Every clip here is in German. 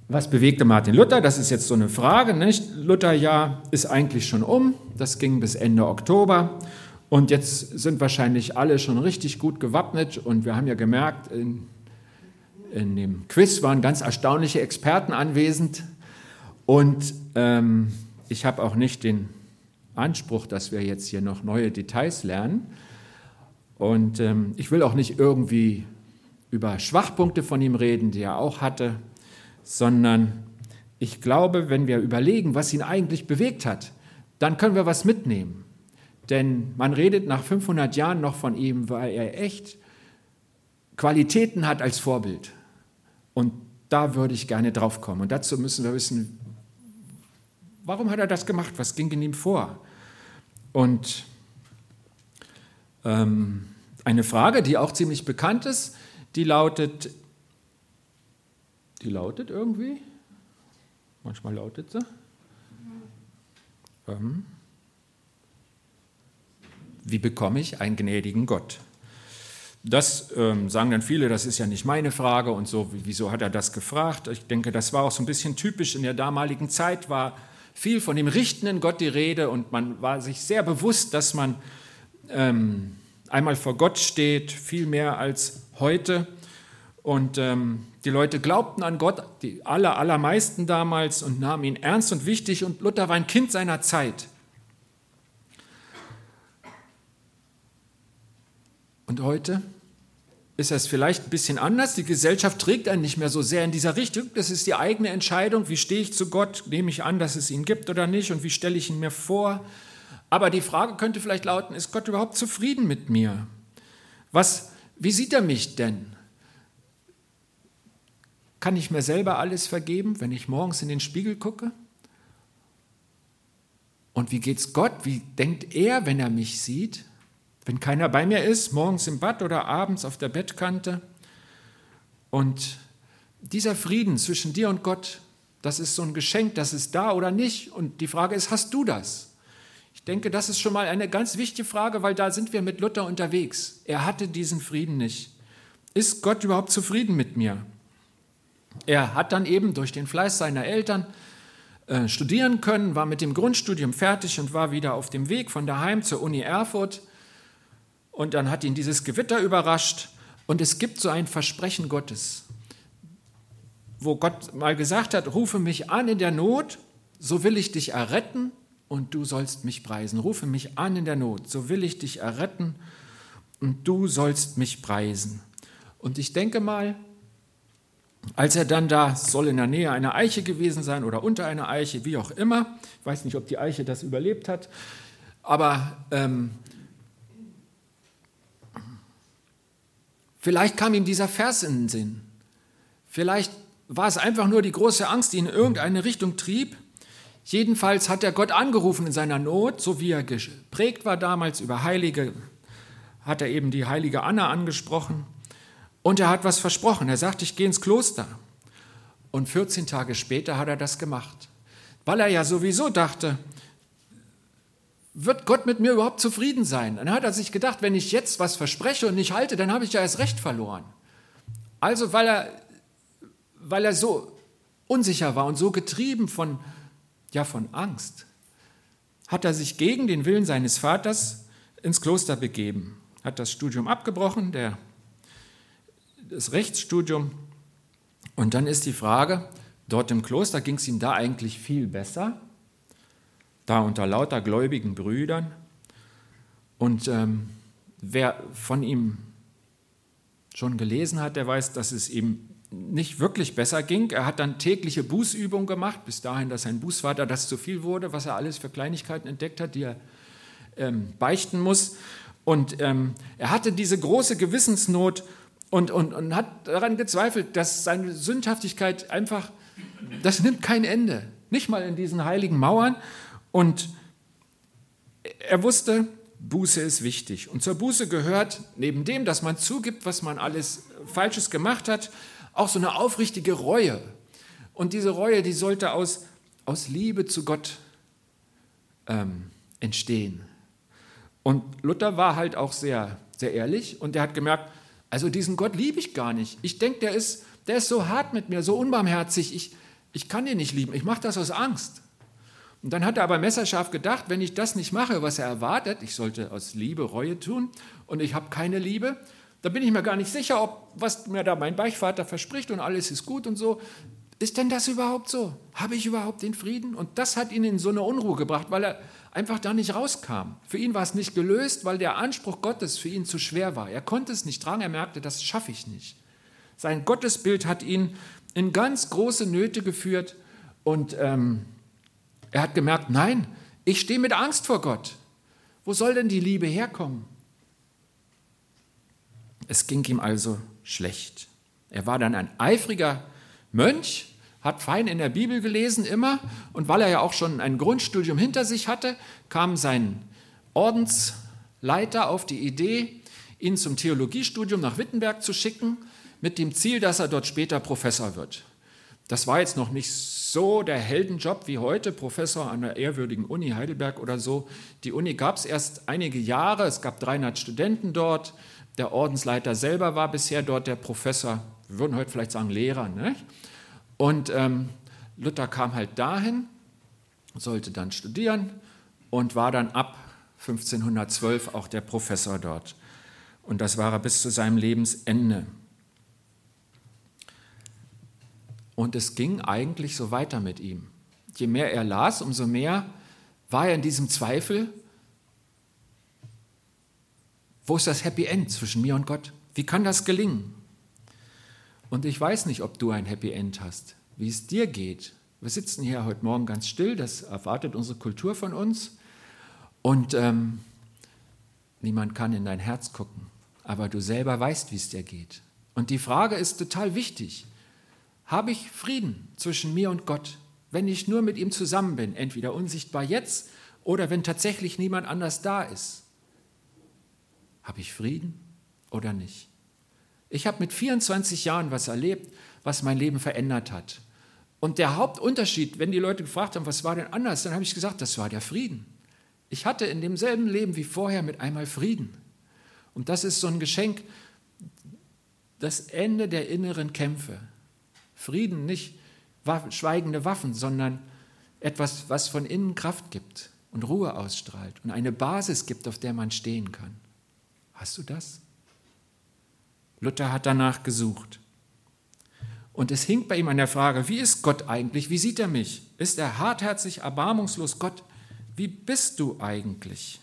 Was bewegte Martin Luther? Das ist jetzt so eine Frage, nicht? Lutherjahr ist eigentlich schon um, das ging bis Ende Oktober und jetzt sind wahrscheinlich alle schon richtig gut gewappnet und wir haben ja gemerkt, in dem Quiz waren ganz erstaunliche Experten anwesend und ich habe auch nicht den Anspruch, dass wir jetzt hier noch neue Details lernen und ich will auch nicht irgendwie über Schwachpunkte von ihm reden, die er auch hatte, sondern ich glaube, wenn wir überlegen, was ihn eigentlich bewegt hat, dann können wir was mitnehmen. Denn man redet nach 500 Jahren noch von ihm, weil er echt Qualitäten hat als Vorbild. Und da würde ich gerne drauf kommen. Und dazu müssen wir wissen, warum hat er das gemacht? Was ging in ihm vor? Und eine Frage, die auch ziemlich bekannt ist, die lautet irgendwie, manchmal lautet sie, wie bekomme ich einen gnädigen Gott? Das sagen dann viele, das ist ja nicht meine Frage und so, wieso hat er das gefragt? Ich denke, das war auch so ein bisschen typisch. In der damaligen Zeit war viel von dem richtenden Gott die Rede und man war sich sehr bewusst, dass man einmal vor Gott steht, viel mehr als heute. Und die Leute glaubten an Gott, die allermeisten damals, und nahmen ihn ernst und wichtig. Und Luther war ein Kind seiner Zeit. Und heute ist es vielleicht ein bisschen anders. Die Gesellschaft trägt einen nicht mehr so sehr in dieser Richtung. Das ist die eigene Entscheidung. Wie stehe ich zu Gott? Nehme ich an, dass es ihn gibt oder nicht? Und wie stelle ich ihn mir vor? Aber die Frage könnte vielleicht lauten, ist Gott überhaupt zufrieden mit mir? Wie sieht er mich denn? Kann ich mir selber alles vergeben, wenn ich morgens in den Spiegel gucke? Und wie geht's Gott? Wie denkt er, wenn er mich sieht? Wenn keiner bei mir ist, morgens im Bad oder abends auf der Bettkante? Und dieser Frieden zwischen dir und Gott, das ist so ein Geschenk, das ist da oder nicht. Und die Frage ist, hast du das? Ich denke, das ist schon mal eine ganz wichtige Frage, weil da sind wir mit Luther unterwegs. Er hatte diesen Frieden nicht. Ist Gott überhaupt zufrieden mit mir? Er hat dann eben durch den Fleiß seiner Eltern studieren können, war mit dem Grundstudium fertig und war wieder auf dem Weg von daheim zur Uni Erfurt. Und dann hat ihn dieses Gewitter überrascht. Und es gibt so ein Versprechen Gottes, wo Gott mal gesagt hat, rufe mich an in der Not, so will ich dich erretten und du sollst mich preisen. Rufe mich an in der Not, so will ich dich erretten und du sollst mich preisen. Und ich denke mal, als er dann da, soll in der Nähe einer Eiche gewesen sein oder unter einer Eiche, wie auch immer, ich weiß nicht, ob die Eiche das überlebt hat, aber vielleicht kam ihm dieser Vers in den Sinn. Vielleicht war es einfach nur die große Angst, die ihn in irgendeine Richtung trieb. Jedenfalls hat er Gott angerufen in seiner Not, so wie er geprägt war damals über Heilige, hat er eben die heilige Anna angesprochen. Und er hat was versprochen. Er sagt, ich gehe ins Kloster. Und 14 Tage später hat er das gemacht. Weil er ja sowieso dachte, wird Gott mit mir überhaupt zufrieden sein? Dann hat er sich gedacht, wenn ich jetzt was verspreche und nicht halte, dann habe ich ja erst recht verloren. Also weil er so unsicher war und so getrieben von Angst, hat er sich gegen den Willen seines Vaters ins Kloster begeben. Hat das Studium abgebrochen, das Rechtsstudium. Und dann ist die Frage, dort im Kloster ging es ihm da eigentlich viel besser, da unter lauter gläubigen Brüdern. Und wer von ihm schon gelesen hat, der weiß, dass es ihm nicht wirklich besser ging. Er hat dann tägliche Bußübungen gemacht, bis dahin, dass sein Bußvater das zu viel wurde, was er alles für Kleinigkeiten entdeckt hat, die er beichten muss. Und er hatte diese große Gewissensnot und hat daran gezweifelt, dass seine Sündhaftigkeit einfach, das nimmt kein Ende, nicht mal in diesen heiligen Mauern. Und er wusste, Buße ist wichtig. Und zur Buße gehört, neben dem, dass man zugibt, was man alles Falsches gemacht hat, auch so eine aufrichtige Reue. Und diese Reue, die sollte aus Liebe zu Gott entstehen. Und Luther war halt auch sehr, sehr ehrlich und er hat gemerkt, also diesen Gott liebe ich gar nicht. Ich denke, der ist so hart mit mir, so unbarmherzig. ich kann ihn nicht lieben, ich mache das aus Angst. Und dann hat er aber messerscharf gedacht, wenn ich das nicht mache, was er erwartet, ich sollte aus Liebe Reue tun und ich habe keine Liebe, da bin ich mir gar nicht sicher, was mir da mein Beichtvater verspricht und alles ist gut und so. Ist denn das überhaupt so? Habe ich überhaupt den Frieden? Und das hat ihn in so eine Unruhe gebracht, weil er einfach da nicht rauskam. Für ihn war es nicht gelöst, weil der Anspruch Gottes für ihn zu schwer war. Er konnte es nicht tragen, er merkte, das schaffe ich nicht. Sein Gottesbild hat ihn in ganz große Nöte geführt und er hat gemerkt, nein, ich stehe mit Angst vor Gott. Wo soll denn die Liebe herkommen? Es ging ihm also schlecht. Er war dann ein eifriger Mönch, hat fein in der Bibel gelesen immer und weil er ja auch schon ein Grundstudium hinter sich hatte, kam sein Ordensleiter auf die Idee, ihn zum Theologiestudium nach Wittenberg zu schicken, mit dem Ziel, dass er dort später Professor wird. Das war jetzt noch nicht so der Heldenjob wie heute, Professor an der ehrwürdigen Uni Heidelberg oder so. Die Uni gab es erst einige Jahre, es gab 300 Studenten dort. Der Ordensleiter selber war bisher dort der Professor, wir würden heute vielleicht sagen Lehrer. Ne? Und Luther kam halt dahin, sollte dann studieren und war dann ab 1512 auch der Professor dort. Und das war er bis zu seinem Lebensende. Und es ging eigentlich so weiter mit ihm. Je mehr er las, umso mehr war er in diesem Zweifel, wo ist das Happy End zwischen mir und Gott? Wie kann das gelingen? Und ich weiß nicht, ob du ein Happy End hast, wie es dir geht. Wir sitzen hier heute Morgen ganz still, das erwartet unsere Kultur von uns. Und niemand kann in dein Herz gucken, aber du selber weißt, wie es dir geht. Und die Frage ist total wichtig. Habe ich Frieden zwischen mir und Gott, wenn ich nur mit ihm zusammen bin, entweder unsichtbar jetzt oder wenn tatsächlich niemand anders da ist? Habe ich Frieden oder nicht? Ich habe mit 24 Jahren was erlebt, was mein Leben verändert hat. Und der Hauptunterschied, wenn die Leute gefragt haben, was war denn anders, dann habe ich gesagt, das war der Frieden. Ich hatte in demselben Leben wie vorher mit einmal Frieden. Und das ist so ein Geschenk, das Ende der inneren Kämpfe. Frieden, nicht schweigende Waffen, sondern etwas, was von innen Kraft gibt und Ruhe ausstrahlt und eine Basis gibt, auf der man stehen kann. Hast du das? Luther hat danach gesucht. Und es hing bei ihm an der Frage, wie ist Gott eigentlich? Wie sieht er mich? Ist er hartherzig, erbarmungslos? Gott, wie bist du eigentlich?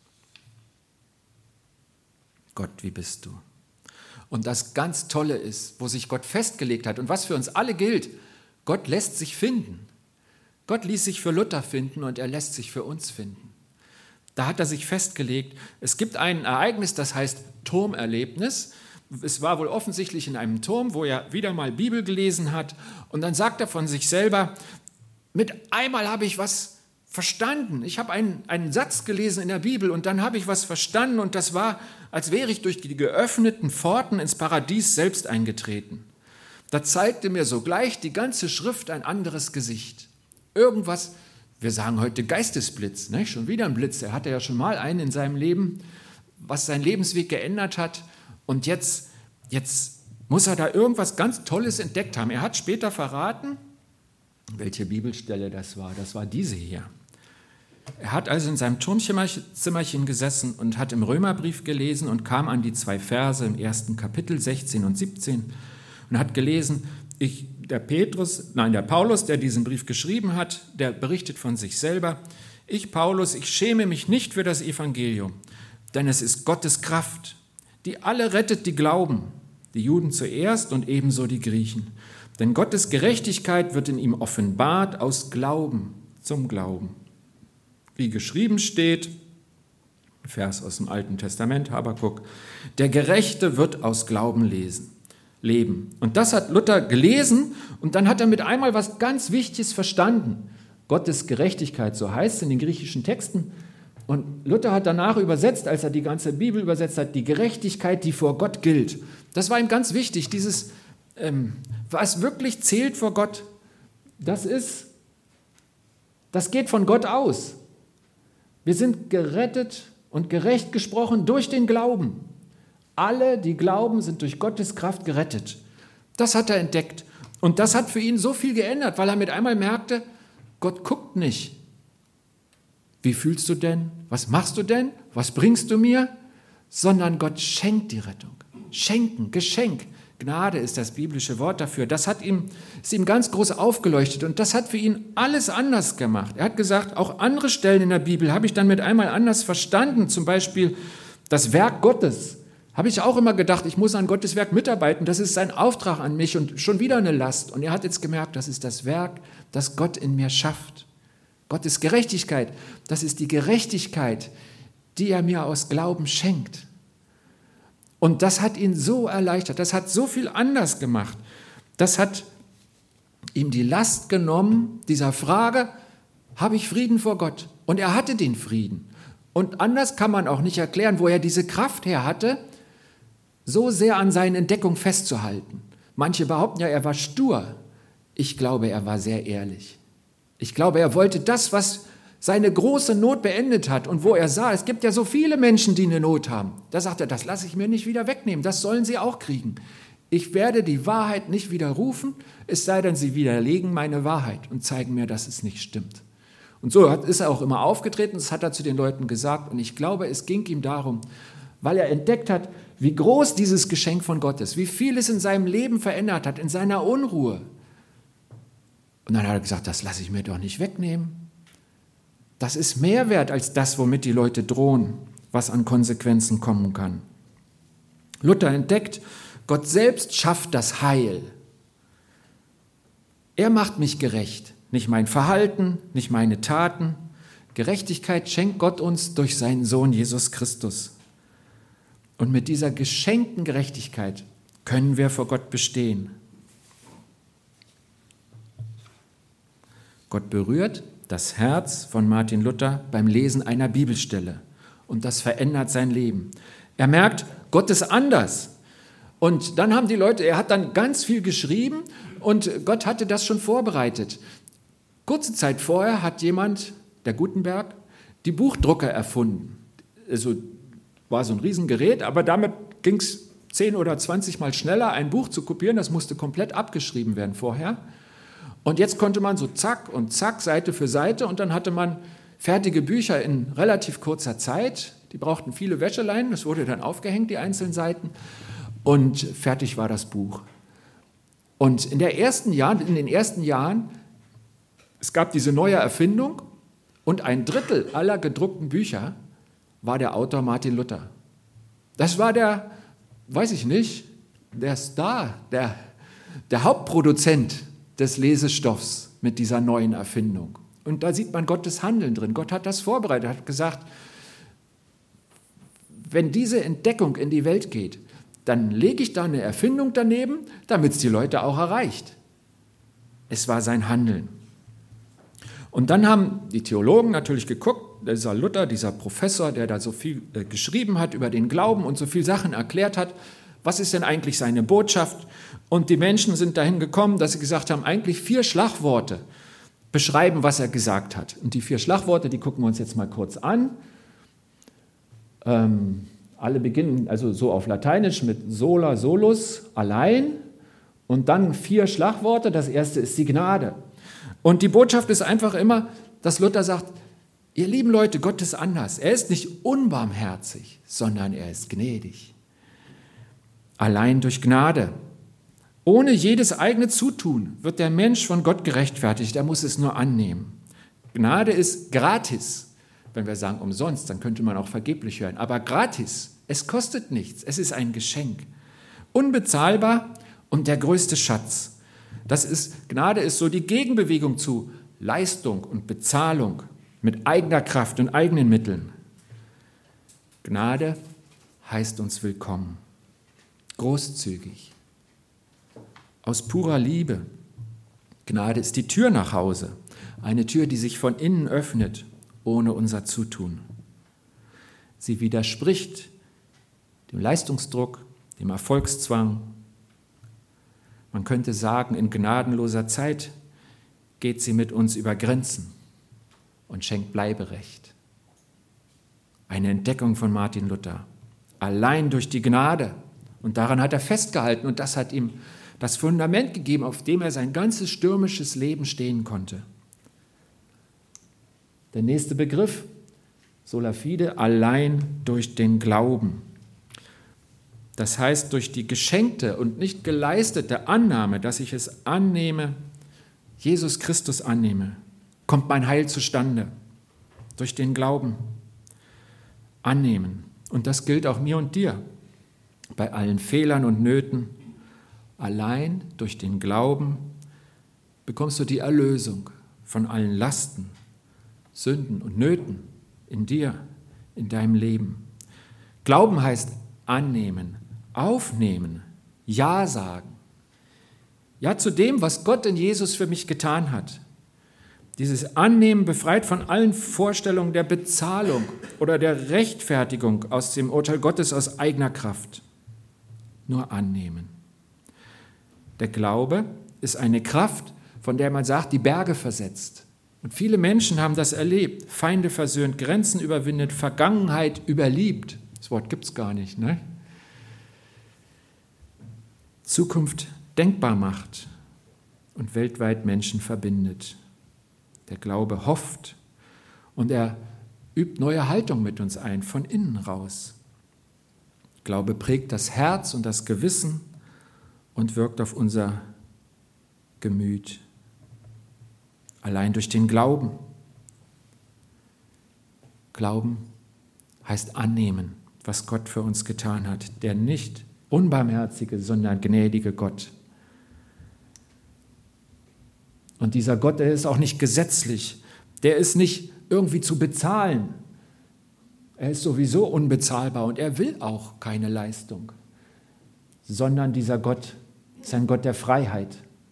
Gott, wie bist du? Und das ganz Tolle ist, wo sich Gott festgelegt hat und was für uns alle gilt, Gott lässt sich finden. Gott ließ sich für Luther finden und er lässt sich für uns finden. Da hat er sich festgelegt, es gibt ein Ereignis, das heißt Turmerlebnis. Es war wohl offensichtlich in einem Turm, wo er wieder mal Bibel gelesen hat. Und dann sagt er von sich selber, mit einmal habe ich was verstanden. Ich habe einen Satz gelesen in der Bibel und dann habe ich was verstanden. Und das war, als wäre ich durch die geöffneten Pforten ins Paradies selbst eingetreten. Da zeigte mir sogleich die ganze Schrift ein anderes Gesicht. Irgendwas, wir sagen heute Geistesblitz, ne? Schon wieder ein Blitz. Er hatte ja schon mal einen in seinem Leben, was seinen Lebensweg geändert hat. Und jetzt muss er da irgendwas ganz Tolles entdeckt haben. Er hat später verraten, welche Bibelstelle das war. Das war diese hier. Er hat also in seinem Turmzimmerchen gesessen und hat im Römerbrief gelesen und kam an die 2 Verse im 1. Kapitel 16 und 17 und hat gelesen, der Paulus, der diesen Brief geschrieben hat, der berichtet von sich selber, ich Paulus, ich schäme mich nicht für das Evangelium, denn es ist Gottes Kraft, die alle rettet, die glauben, die Juden zuerst und ebenso die Griechen. Denn Gottes Gerechtigkeit wird in ihm offenbart aus Glauben zum Glauben. Wie geschrieben steht, Vers aus dem Alten Testament, Habakuk, der Gerechte wird aus Glauben leben. Und das hat Luther gelesen und dann hat er mit einmal was ganz Wichtiges verstanden. Gottes Gerechtigkeit, so heißt es in den griechischen Texten. Und Luther hat danach übersetzt, als er die ganze Bibel übersetzt hat, die Gerechtigkeit, die vor Gott gilt. Das war ihm ganz wichtig, dieses, was wirklich zählt vor Gott, das geht von Gott aus. Wir sind gerettet und gerecht gesprochen durch den Glauben. Alle, die glauben, sind durch Gottes Kraft gerettet. Das hat er entdeckt. Und das hat für ihn so viel geändert, weil er mit einmal merkte, Gott guckt nicht. Wie fühlst du denn? Was machst du denn? Was bringst du mir? Sondern Gott schenkt die Rettung. Schenken, Geschenk. Gnade ist das biblische Wort dafür. Das ist ihm ganz groß aufgeleuchtet und das hat für ihn alles anders gemacht. Er hat gesagt, auch andere Stellen in der Bibel habe ich dann mit einmal anders verstanden. Zum Beispiel das Werk Gottes. Habe ich auch immer gedacht, ich muss an Gottes Werk mitarbeiten. Das ist sein Auftrag an mich und schon wieder eine Last. Und er hat jetzt gemerkt, das ist das Werk, das Gott in mir schafft. Gottes Gerechtigkeit, das ist die Gerechtigkeit, die er mir aus Glauben schenkt. Und das hat ihn so erleichtert, das hat so viel anders gemacht. Das hat ihm die Last genommen, dieser Frage, habe ich Frieden vor Gott? Und er hatte den Frieden. Und anders kann man auch nicht erklären, wo er diese Kraft her hatte, so sehr an seinen Entdeckungen festzuhalten. Manche behaupten ja, er war stur. Ich glaube, er war sehr ehrlich. Ich glaube, er wollte das, was seine große Not beendet hat und wo er sah, es gibt ja so viele Menschen, die eine Not haben. Da sagt er, das lasse ich mir nicht wieder wegnehmen, das sollen sie auch kriegen. Ich werde die Wahrheit nicht widerrufen, es sei denn, sie widerlegen meine Wahrheit und zeigen mir, dass es nicht stimmt. Und so ist er auch immer aufgetreten, das hat er zu den Leuten gesagt und ich glaube, es ging ihm darum, weil er entdeckt hat, wie groß dieses Geschenk von Gott ist, wie viel es in seinem Leben verändert hat, in seiner Unruhe. Und dann hat er gesagt, das lasse ich mir doch nicht wegnehmen. Das ist mehr wert als das, womit die Leute drohen, was an Konsequenzen kommen kann. Luther entdeckt, Gott selbst schafft das Heil. Er macht mich gerecht, nicht mein Verhalten, nicht meine Taten. Gerechtigkeit schenkt Gott uns durch seinen Sohn Jesus Christus. Und mit dieser geschenkten Gerechtigkeit können wir vor Gott bestehen. Gott berührt das Herz von Martin Luther beim Lesen einer Bibelstelle und das verändert sein Leben. Er merkt, Gott ist anders. Und dann haben die Leute, er hat dann ganz viel geschrieben und Gott hatte das schon vorbereitet. Kurze Zeit vorher hat jemand, der Gutenberg, die Buchdrucker erfunden. Also war so ein Riesengerät, aber damit ging es 10 oder 20 Mal schneller, ein Buch zu kopieren. Das musste komplett abgeschrieben werden vorher. Und jetzt konnte man so zack und zack, Seite für Seite und dann hatte man fertige Bücher in relativ kurzer Zeit. Die brauchten viele Wäscheleinen, das wurde dann aufgehängt, die einzelnen Seiten und fertig war das Buch. Und in den ersten Jahren, es gab diese neue Erfindung und 1/3 aller gedruckten Bücher war der Autor Martin Luther. Das war der, weiß ich nicht, der Star, der Hauptproduzent des Lesestoffs mit dieser neuen Erfindung. Und da sieht man Gottes Handeln drin. Gott hat das vorbereitet, hat gesagt, wenn diese Entdeckung in die Welt geht, dann lege ich da eine Erfindung daneben, damit es die Leute auch erreicht. Es war sein Handeln. Und dann haben die Theologen natürlich geguckt, dieser Luther, dieser Professor, der da so viel geschrieben hat über den Glauben und so viele Sachen erklärt hat, was ist denn eigentlich seine Botschaft? Und die Menschen sind dahin gekommen, dass sie gesagt haben, eigentlich 4 Schlagworte beschreiben, was er gesagt hat. Und die 4 Schlagworte, die gucken wir uns jetzt mal kurz an. Alle beginnen also so auf Lateinisch mit sola, solus, allein. Und dann 4 Schlagworte. Das erste ist die Gnade. Und die Botschaft ist einfach immer, dass Luther sagt, ihr lieben Leute, Gott ist anders. Er ist nicht unbarmherzig, sondern er ist gnädig. Allein durch Gnade. Ohne jedes eigene Zutun wird der Mensch von Gott gerechtfertigt. Er muss es nur annehmen. Gnade ist gratis. Wenn wir sagen umsonst, dann könnte man auch vergeblich hören. Aber gratis, es kostet nichts. Es ist ein Geschenk. Unbezahlbar und der größte Schatz. Gnade ist so die Gegenbewegung zu Leistung und Bezahlung mit eigener Kraft und eigenen Mitteln. Gnade heißt uns willkommen. Großzügig, aus purer Liebe. Gnade ist die Tür nach Hause, eine Tür, die sich von innen öffnet, ohne unser Zutun. Sie widerspricht dem Leistungsdruck, dem Erfolgszwang. Man könnte sagen, in gnadenloser Zeit geht sie mit uns über Grenzen und schenkt Bleiberecht. Eine Entdeckung von Martin Luther. Allein durch die Gnade. Und daran hat er festgehalten und das hat ihm das Fundament gegeben, auf dem er sein ganzes stürmisches Leben stehen konnte. Der nächste Begriff, sola fide, allein durch den Glauben. Das heißt, durch die geschenkte und nicht geleistete Annahme, dass ich es annehme, Jesus Christus annehme, kommt mein Heil zustande. Durch den Glauben annehmen. Und das gilt auch mir und dir. Bei allen Fehlern und Nöten, allein durch den Glauben bekommst du die Erlösung von allen Lasten, Sünden und Nöten in dir, in deinem Leben. Glauben heißt annehmen, aufnehmen, Ja sagen. Ja zu dem, was Gott in Jesus für mich getan hat. Dieses Annehmen befreit von allen Vorstellungen der Bezahlung oder der Rechtfertigung aus dem Urteil Gottes aus eigener Kraft. Nur annehmen. Der Glaube ist eine Kraft, von der man sagt, die Berge versetzt. Und viele Menschen haben das erlebt. Feinde versöhnt, Grenzen überwindet, Vergangenheit überliebt. Das Wort gibt es gar nicht, ne? Zukunft denkbar macht und weltweit Menschen verbindet. Der Glaube hofft und er übt neue Haltung mit uns ein, von innen raus. Glaube prägt das Herz und das Gewissen und wirkt auf unser Gemüt. Allein durch den Glauben. Glauben heißt annehmen, was Gott für uns getan hat, der nicht unbarmherzige, sondern gnädige Gott. Und dieser Gott, der ist auch nicht gesetzlich, der ist nicht irgendwie zu bezahlen. Er ist sowieso unbezahlbar und er will auch keine Leistung, sondern dieser Gott ist ein Gott der Freiheit.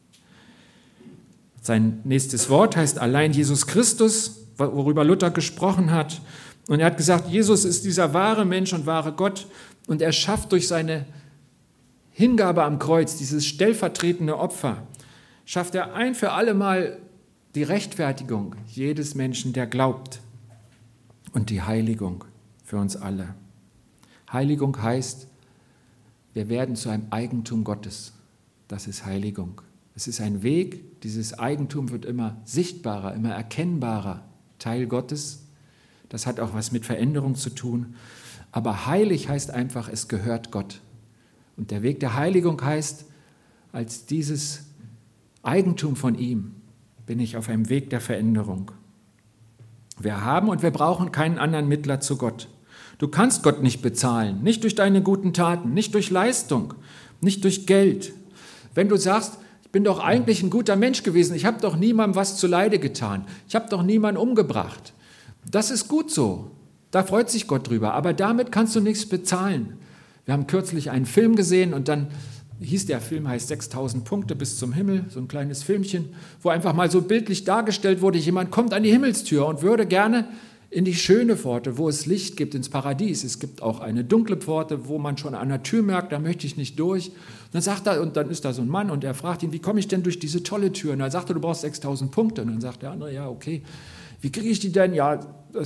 Sein nächstes Wort heißt allein Jesus Christus, worüber Luther gesprochen hat. Und er hat gesagt, Jesus ist dieser wahre Mensch und wahre Gott und er schafft durch seine Hingabe am Kreuz, dieses stellvertretende Opfer, schafft er ein für alle Mal die Rechtfertigung jedes Menschen, der glaubt, und die Heiligung für uns alle. Heiligung heißt, wir werden zu einem Eigentum Gottes. Das ist Heiligung. Es ist ein Weg, dieses Eigentum wird immer sichtbarer, immer erkennbarer, Teil Gottes. Das hat auch was mit Veränderung zu tun. Aber heilig heißt einfach, es gehört Gott. Und der Weg der Heiligung heißt, als dieses Eigentum von ihm bin ich auf einem Weg der Veränderung. Wir haben und wir brauchen keinen anderen Mittler zu Gott. Du kannst Gott nicht bezahlen, nicht durch deine guten Taten, nicht durch Leistung, nicht durch Geld. Wenn du sagst, ich bin doch eigentlich ein guter Mensch gewesen, ich habe doch niemandem was zuleide getan, ich habe doch niemanden umgebracht. Das ist gut so, da freut sich Gott drüber, aber damit kannst du nichts bezahlen. Wir haben kürzlich einen Film gesehen und dann der Film heißt 6000 Punkte bis zum Himmel, so ein kleines Filmchen, wo einfach mal so bildlich dargestellt wurde, jemand kommt an die Himmelstür und würde gerne in die schöne Pforte, wo es Licht gibt, ins Paradies. Es gibt auch eine dunkle Pforte, wo man schon an der Tür merkt, da möchte ich nicht durch. Und dann ist da so ein Mann und er fragt ihn, wie komme ich denn durch diese tolle Tür? Und er sagte, du brauchst 6000 Punkte. Und dann sagt der andere, ja, okay, wie kriege ich die denn? Ja,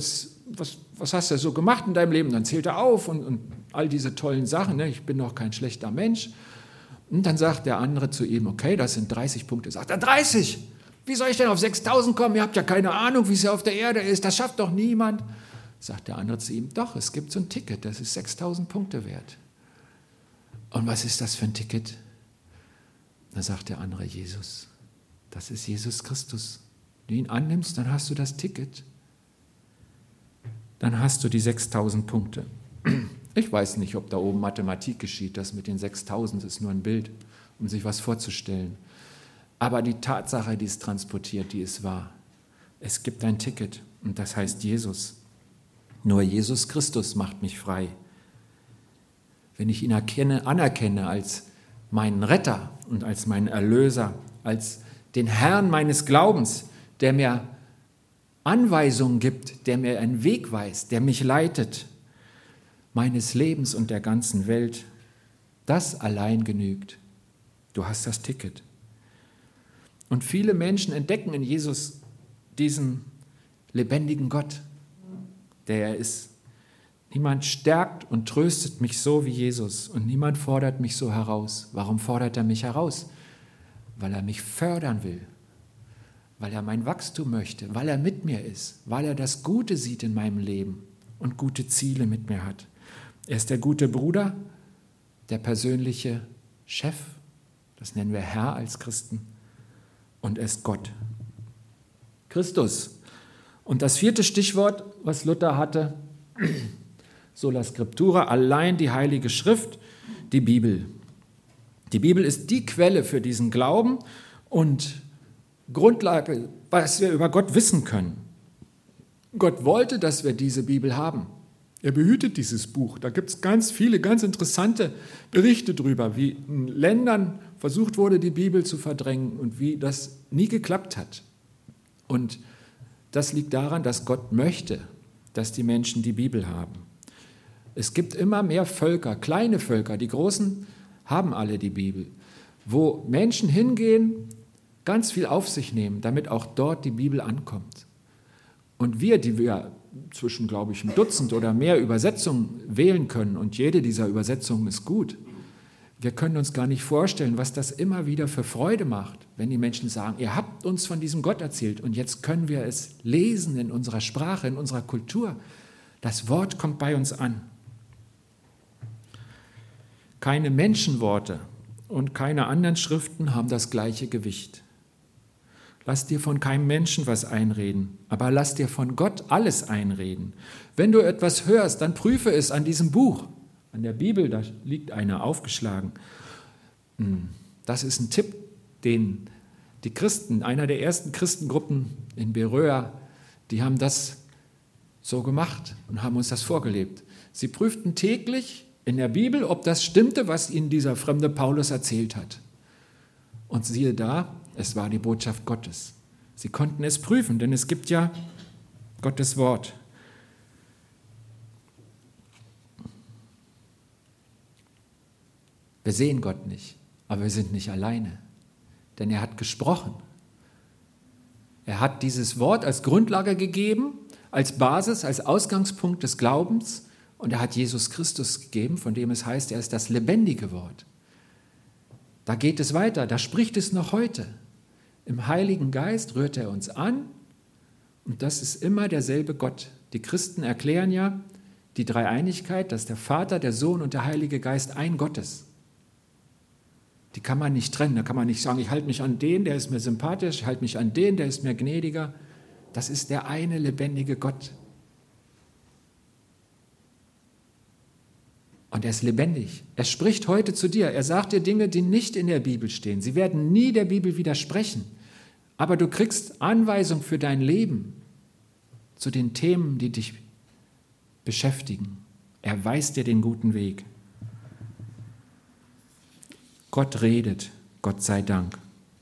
was hast du so gemacht in deinem Leben? Und dann zählt er auf und all diese tollen Sachen. Ne? Ich bin doch kein schlechter Mensch. Und dann sagt der andere zu ihm, okay, das sind 30 Punkte. Sagt er, 30? Wie soll ich denn auf 6000 kommen? Ihr habt ja keine Ahnung, wie es hier auf der Erde ist. Das schafft doch niemand. Sagt der andere zu ihm, doch, es gibt so ein Ticket, das ist 6000 Punkte wert. Und was ist das für ein Ticket? Da sagt der andere, Jesus. Das ist Jesus Christus. Wenn du ihn annimmst, dann hast du das Ticket. Dann hast du die 6000 Punkte. Ich weiß nicht, ob da oben Mathematik geschieht. Das mit den 6000 ist nur ein Bild, um sich was vorzustellen. Aber die Tatsache, die es transportiert, die ist wahr. Es gibt ein Ticket und das heißt Jesus. Nur Jesus Christus macht mich frei. Wenn ich ihn anerkenne als meinen Retter und als meinen Erlöser, als den Herrn meines Glaubens, der mir Anweisungen gibt, der mir einen Weg weist, der mich leitet, meines Lebens und der ganzen Welt, das allein genügt. Du hast das Ticket. Und viele Menschen entdecken in Jesus diesen lebendigen Gott, der er ist. Niemand stärkt und tröstet mich so wie Jesus und niemand fordert mich so heraus. Warum fordert er mich heraus? weil er mich fördern will, weil er mein Wachstum möchte, weil er mit mir ist, weil er das Gute sieht in meinem Leben und gute Ziele mit mir hat. Er ist der gute Bruder, der persönliche Chef, das nennen wir Herr als Christen, und er ist Gott. Christus. Und das 4. Stichwort, was Luther hatte, Sola Scriptura, allein die Heilige Schrift, die Bibel. Die Bibel ist die Quelle für diesen Glauben und Grundlage, was wir über Gott wissen können. Gott wollte, dass wir diese Bibel haben. Er behütet dieses Buch. Da gibt es ganz viele, ganz interessante Berichte darüber, wie in Ländern versucht wurde, die Bibel zu verdrängen und wie das nie geklappt hat. Und das liegt daran, dass Gott möchte, dass die Menschen die Bibel haben. Es gibt immer mehr Völker, kleine Völker, die Großen haben alle die Bibel, wo Menschen hingehen, ganz viel auf sich nehmen, damit auch dort die Bibel ankommt. Und wir, die wir zwischen, glaube ich, 1 Dutzend oder mehr Übersetzungen wählen können, und jede dieser Übersetzungen ist gut, wir können uns gar nicht vorstellen, was das immer wieder für Freude macht, wenn die Menschen sagen, ihr habt uns von diesem Gott erzählt und jetzt können wir es lesen in unserer Sprache, in unserer Kultur. Das Wort kommt bei uns an. Keine Menschenworte und keine anderen Schriften haben das gleiche Gewicht. Lass dir von keinem Menschen was einreden, aber lass dir von Gott alles einreden. Wenn du etwas hörst, dann prüfe es an diesem Buch, an der Bibel, da liegt eine aufgeschlagen. Das ist ein Tipp, den die Christen, einer der ersten Christengruppen in Beröa, die haben das so gemacht und haben uns das vorgelebt. Sie prüften täglich in der Bibel, ob das stimmte, was ihnen dieser fremde Paulus erzählt hat. Und siehe da, es war die Botschaft Gottes. Sie konnten es prüfen, denn es gibt ja Gottes Wort. Wir sehen Gott nicht, aber wir sind nicht alleine, denn er hat gesprochen. Er hat dieses Wort als Grundlage gegeben, als Basis, als Ausgangspunkt des Glaubens, und er hat Jesus Christus gegeben, von dem es heißt, er ist das lebendige Wort. Da geht es weiter, da spricht es noch heute. Im Heiligen Geist rührt er uns an und das ist immer derselbe Gott. Die Christen erklären ja die Dreieinigkeit, dass der Vater, der Sohn und der Heilige Geist ein Gott ist. Die kann man nicht trennen, da kann man nicht sagen, ich halte mich an den, der ist mir sympathisch, ich halte mich an den, der ist mir gnädiger. Das ist der eine lebendige Gott. Und er ist lebendig. Er spricht heute zu dir. Er sagt dir Dinge, die nicht in der Bibel stehen. Sie werden nie der Bibel widersprechen. Aber du kriegst Anweisung für dein Leben zu den Themen, die dich beschäftigen. Er weist dir den guten Weg. Gott redet, Gott sei Dank.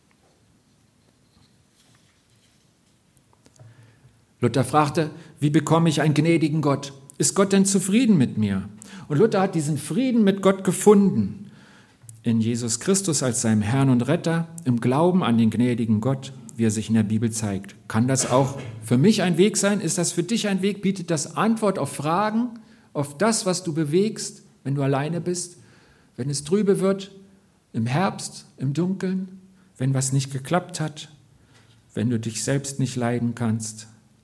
Luther fragte, wie bekomme ich einen gnädigen Gott? Ist Gott denn zufrieden mit mir? Und Luther hat diesen Frieden mit Gott gefunden in Jesus Christus als seinem Herrn und Retter, im Glauben an den gnädigen Gott, wie er sich in der Bibel zeigt. Kann das auch für mich ein Weg sein? Ist das für dich ein Weg? Bietet das Antwort auf Fragen, auf das, was du bewegst, wenn du alleine bist, wenn es trübe wird, im Herbst, im Dunkeln, wenn was nicht geklappt hat, wenn du dich selbst nicht leiden kannst?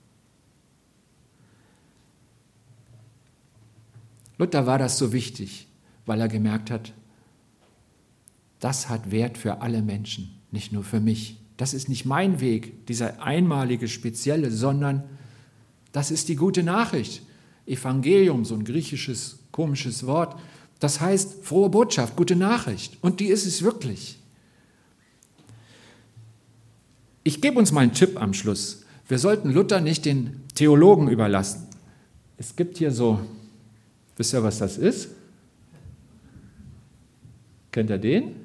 Luther war das so wichtig, weil er gemerkt hat, das hat Wert für alle Menschen, nicht nur für mich. Das ist nicht mein Weg, dieser einmalige, spezielle, sondern das ist die gute Nachricht. Evangelium, so ein griechisches, komisches Wort, das heißt frohe Botschaft, gute Nachricht. Und die ist es wirklich. Ich gebe uns mal einen Tipp am Schluss. Wir sollten Luther nicht den Theologen überlassen. Es gibt hier so, wisst ihr, was das ist? Kennt ihr den?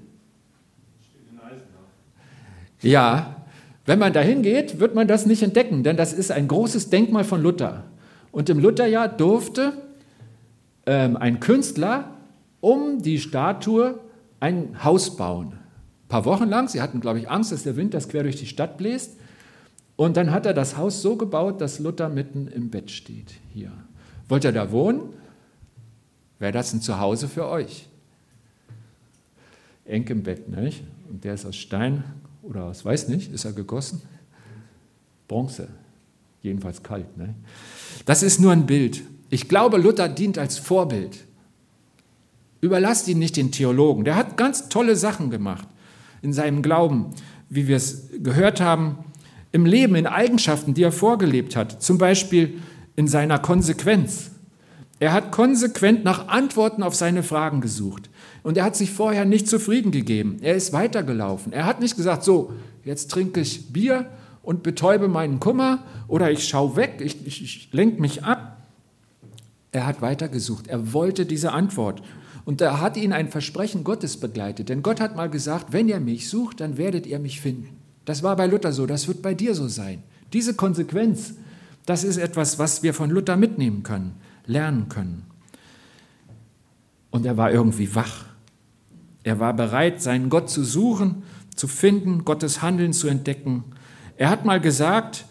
Ja, wenn man dahin geht, wird man das nicht entdecken, denn das ist ein großes Denkmal von Luther. Und im Lutherjahr durfte ein Künstler um die Statue ein Haus bauen. Ein paar Wochen lang, sie hatten, glaube ich, Angst, dass der Wind das quer durch die Stadt bläst. Und dann hat er das Haus so gebaut, dass Luther mitten im Bett steht. Hier. Wollt ihr da wohnen? Wäre das ein Zuhause für euch? Eng im Bett, nicht? Und der ist aus Stein oder aus, weiß nicht, ist er gegossen? Bronze. Jedenfalls kalt. Ne? Das ist nur ein Bild. Ich glaube, Luther dient als Vorbild. Überlasst ihn nicht den Theologen. Der hat ganz tolle Sachen gemacht in seinem Glauben, wie wir es gehört haben, im Leben, in Eigenschaften, die er vorgelebt hat. Zum Beispiel in seiner Konsequenz. Er hat konsequent nach Antworten auf seine Fragen gesucht. Und er hat sich vorher nicht zufrieden gegeben. Er ist weitergelaufen. Er hat nicht gesagt, so, jetzt trinke ich Bier und betäube meinen Kummer oder ich schaue weg, ich lenke mich ab. Er hat weitergesucht. Er wollte diese Antwort. Und da hat ihn ein Versprechen Gottes begleitet. Denn Gott hat mal gesagt, wenn ihr mich sucht, dann werdet ihr mich finden. Das war bei Luther so, das wird bei dir so sein. Diese Konsequenz, das ist etwas, was wir von Luther mitnehmen können, lernen können. Und er war irgendwie wach. Er war bereit, seinen Gott zu suchen, zu finden, Gottes Handeln zu entdecken. Er hat mal gesagt,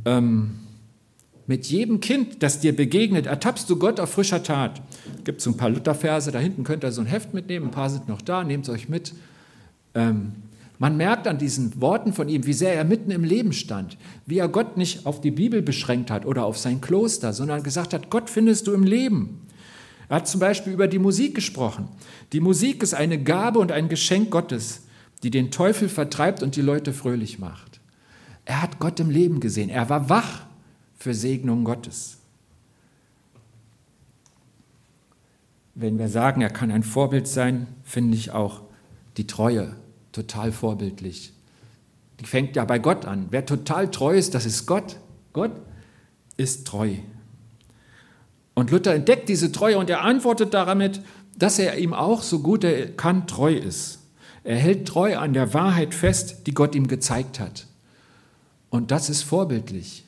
mit jedem Kind, das dir begegnet, ertappst du Gott auf frischer Tat. Es gibt so ein paar Luther-Verse, da hinten könnt ihr so ein Heft mitnehmen, ein paar sind noch da, nehmt es euch mit. Man merkt an diesen Worten von ihm, wie sehr er mitten im Leben stand, wie er Gott nicht auf die Bibel beschränkt hat oder auf sein Kloster, sondern gesagt hat, Gott findest du im Leben. Er hat zum Beispiel über die Musik gesprochen. Die Musik ist eine Gabe und ein Geschenk Gottes, die den Teufel vertreibt und die Leute fröhlich macht. Er hat Gott im Leben gesehen. Er war wach für Segnung Gottes. Wenn wir sagen, er kann ein Vorbild sein, finde ich auch die Treue total vorbildlich. Die fängt ja bei Gott an. Wer total treu ist, das ist Gott. Gott ist treu. Und Luther entdeckt diese Treue und er antwortet damit, dass er ihm auch, so gut er kann, treu ist. Er hält treu an der Wahrheit fest, die Gott ihm gezeigt hat. Und das ist vorbildlich.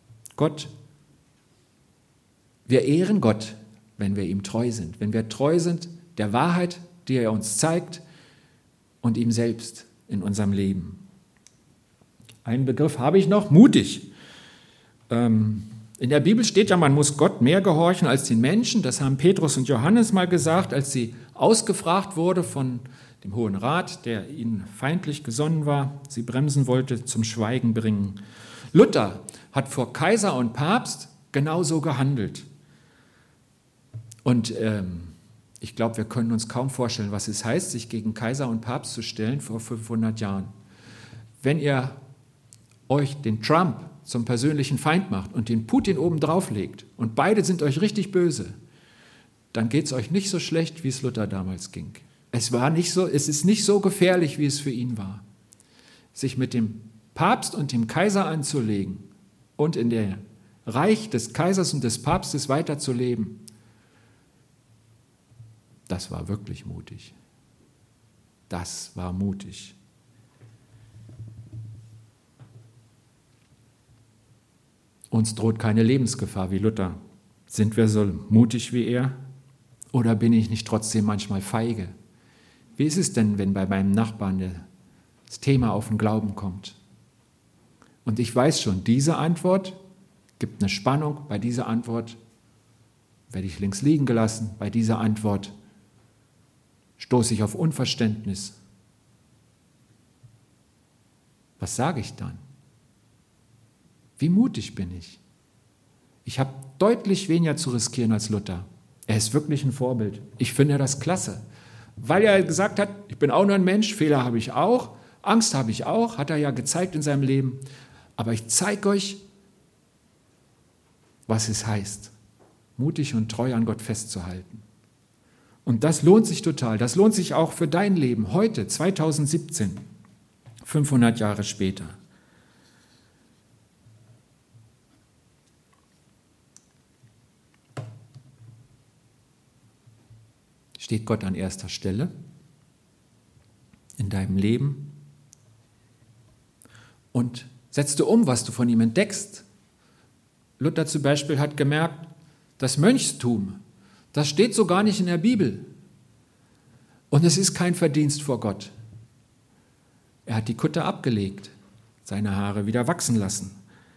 Wir ehren Gott, wenn wir ihm treu sind. Wenn wir treu sind der Wahrheit, die er uns zeigt und ihm selbst in unserem Leben. Einen Begriff habe ich noch, mutig. In der Bibel steht ja, man muss Gott mehr gehorchen als den Menschen. Das haben Petrus und Johannes mal gesagt, als sie ausgefragt wurde von dem Hohen Rat, der ihnen feindlich gesonnen war, sie bremsen wollte, zum Schweigen bringen. Luther hat vor Kaiser und Papst genauso gehandelt. Und ich glaube, wir können uns kaum vorstellen, was es heißt, sich gegen Kaiser und Papst zu stellen vor 500 Jahren. Wenn ihr euch den Trump zum persönlichen Feind macht und den Putin oben drauf legt und beide sind euch richtig böse, dann geht es euch nicht so schlecht, wie es Luther damals ging. Es ist nicht so gefährlich, wie es für ihn war. Sich mit dem Papst und dem Kaiser anzulegen und in dem Reich des Kaisers und des Papstes weiterzuleben, das war wirklich mutig. Das war mutig. Uns droht keine Lebensgefahr wie Luther. Sind wir so mutig wie er? Oder bin ich nicht trotzdem manchmal feige? Wie ist es denn, wenn bei meinem Nachbarn das Thema auf den Glauben kommt? Und ich weiß schon, diese Antwort gibt eine Spannung. Bei dieser Antwort werde ich links liegen gelassen. Bei dieser Antwort stoße ich auf Unverständnis. Was sage ich dann? Wie mutig bin ich? Ich habe deutlich weniger zu riskieren als Luther. Er ist wirklich ein Vorbild. Ich finde das klasse. Weil er gesagt hat, ich bin auch nur ein Mensch, Fehler habe ich auch, Angst habe ich auch, hat er ja gezeigt in seinem Leben. Aber ich zeige euch, was es heißt, mutig und treu an Gott festzuhalten. Und das lohnt sich total. Das lohnt sich auch für dein Leben heute, 2017, 500 Jahre später. Steht Gott an erster Stelle in deinem Leben? Und setzt du um, was du von ihm entdeckst? Luther zum Beispiel hat gemerkt, das Mönchstum, das steht so gar nicht in der Bibel. Und es ist kein Verdienst vor Gott. Er hat die Kutte abgelegt, seine Haare wieder wachsen lassen.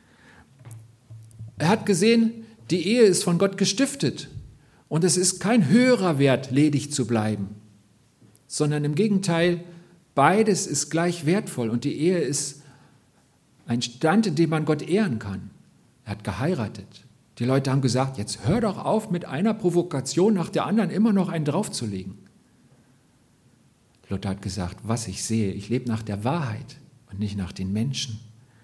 Er hat gesehen, die Ehe ist von Gott gestiftet. Und es ist kein höherer Wert, ledig zu bleiben, sondern im Gegenteil Beides ist gleich wertvoll und die Ehe ist ein Stand, in dem man Gott ehren kann. Er hat geheiratet. Die Leute haben gesagt, jetzt hör doch auf, mit einer Provokation nach der anderen immer noch einen draufzulegen. Luther hat gesagt, was ich sehe, ich lebe nach der Wahrheit und nicht nach den Menschen.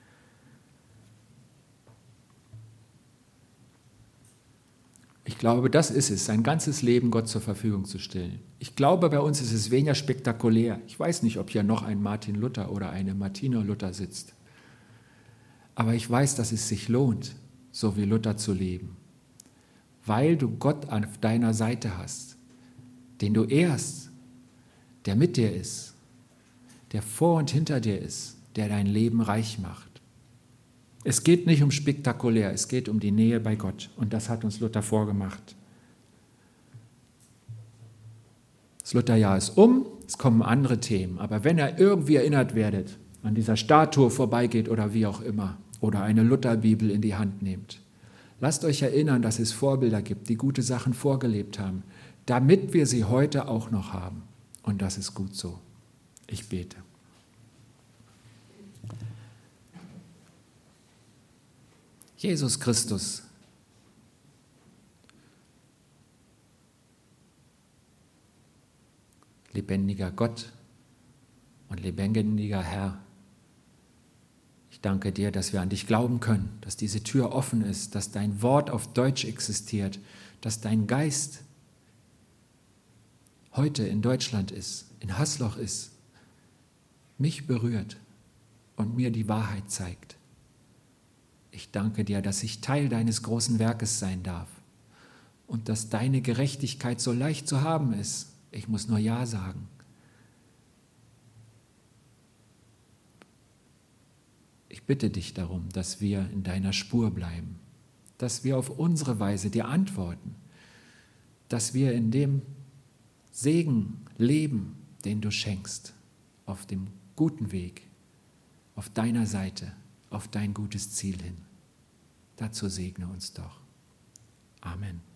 Ich glaube, das ist es, sein ganzes Leben Gott zur Verfügung zu stellen. Ich glaube, bei uns ist es weniger spektakulär. Ich weiß nicht, ob hier noch ein Martin Luther oder eine Martina Luther sitzt. Aber ich weiß, dass es sich lohnt, so wie Luther zu leben, weil du Gott auf deiner Seite hast, den du ehrst, der mit dir ist, der vor und hinter dir ist, der dein Leben reich macht. Es geht nicht um spektakulär, es geht um die Nähe bei Gott und das hat uns Luther vorgemacht. Das Lutherjahr ist es kommen andere Themen, aber wenn ihr irgendwie erinnert werdet, an dieser Statue vorbeigeht oder wie auch immer, oder eine Lutherbibel in die Hand nehmt, lasst euch erinnern, dass es Vorbilder gibt, die gute Sachen vorgelebt haben, damit wir sie heute auch noch haben. Und das ist gut so. Ich bete. Jesus Christus, lebendiger Gott und lebendiger Herr, ich danke dir, dass wir an dich glauben können, dass diese Tür offen ist, dass dein Wort auf Deutsch existiert, dass dein Geist heute in Deutschland ist, in Hasloch ist, mich berührt und mir die Wahrheit zeigt. Ich danke dir, dass ich Teil deines großen Werkes sein darf und dass deine Gerechtigkeit so leicht zu haben ist. Ich muss nur Ja sagen. Ich bitte dich darum, dass wir in deiner Spur bleiben, dass wir auf unsere Weise dir antworten, dass wir in dem Segen leben, den du schenkst, auf dem guten Weg, auf deiner Seite, auf dein gutes Ziel hin. Dazu segne uns doch. Amen.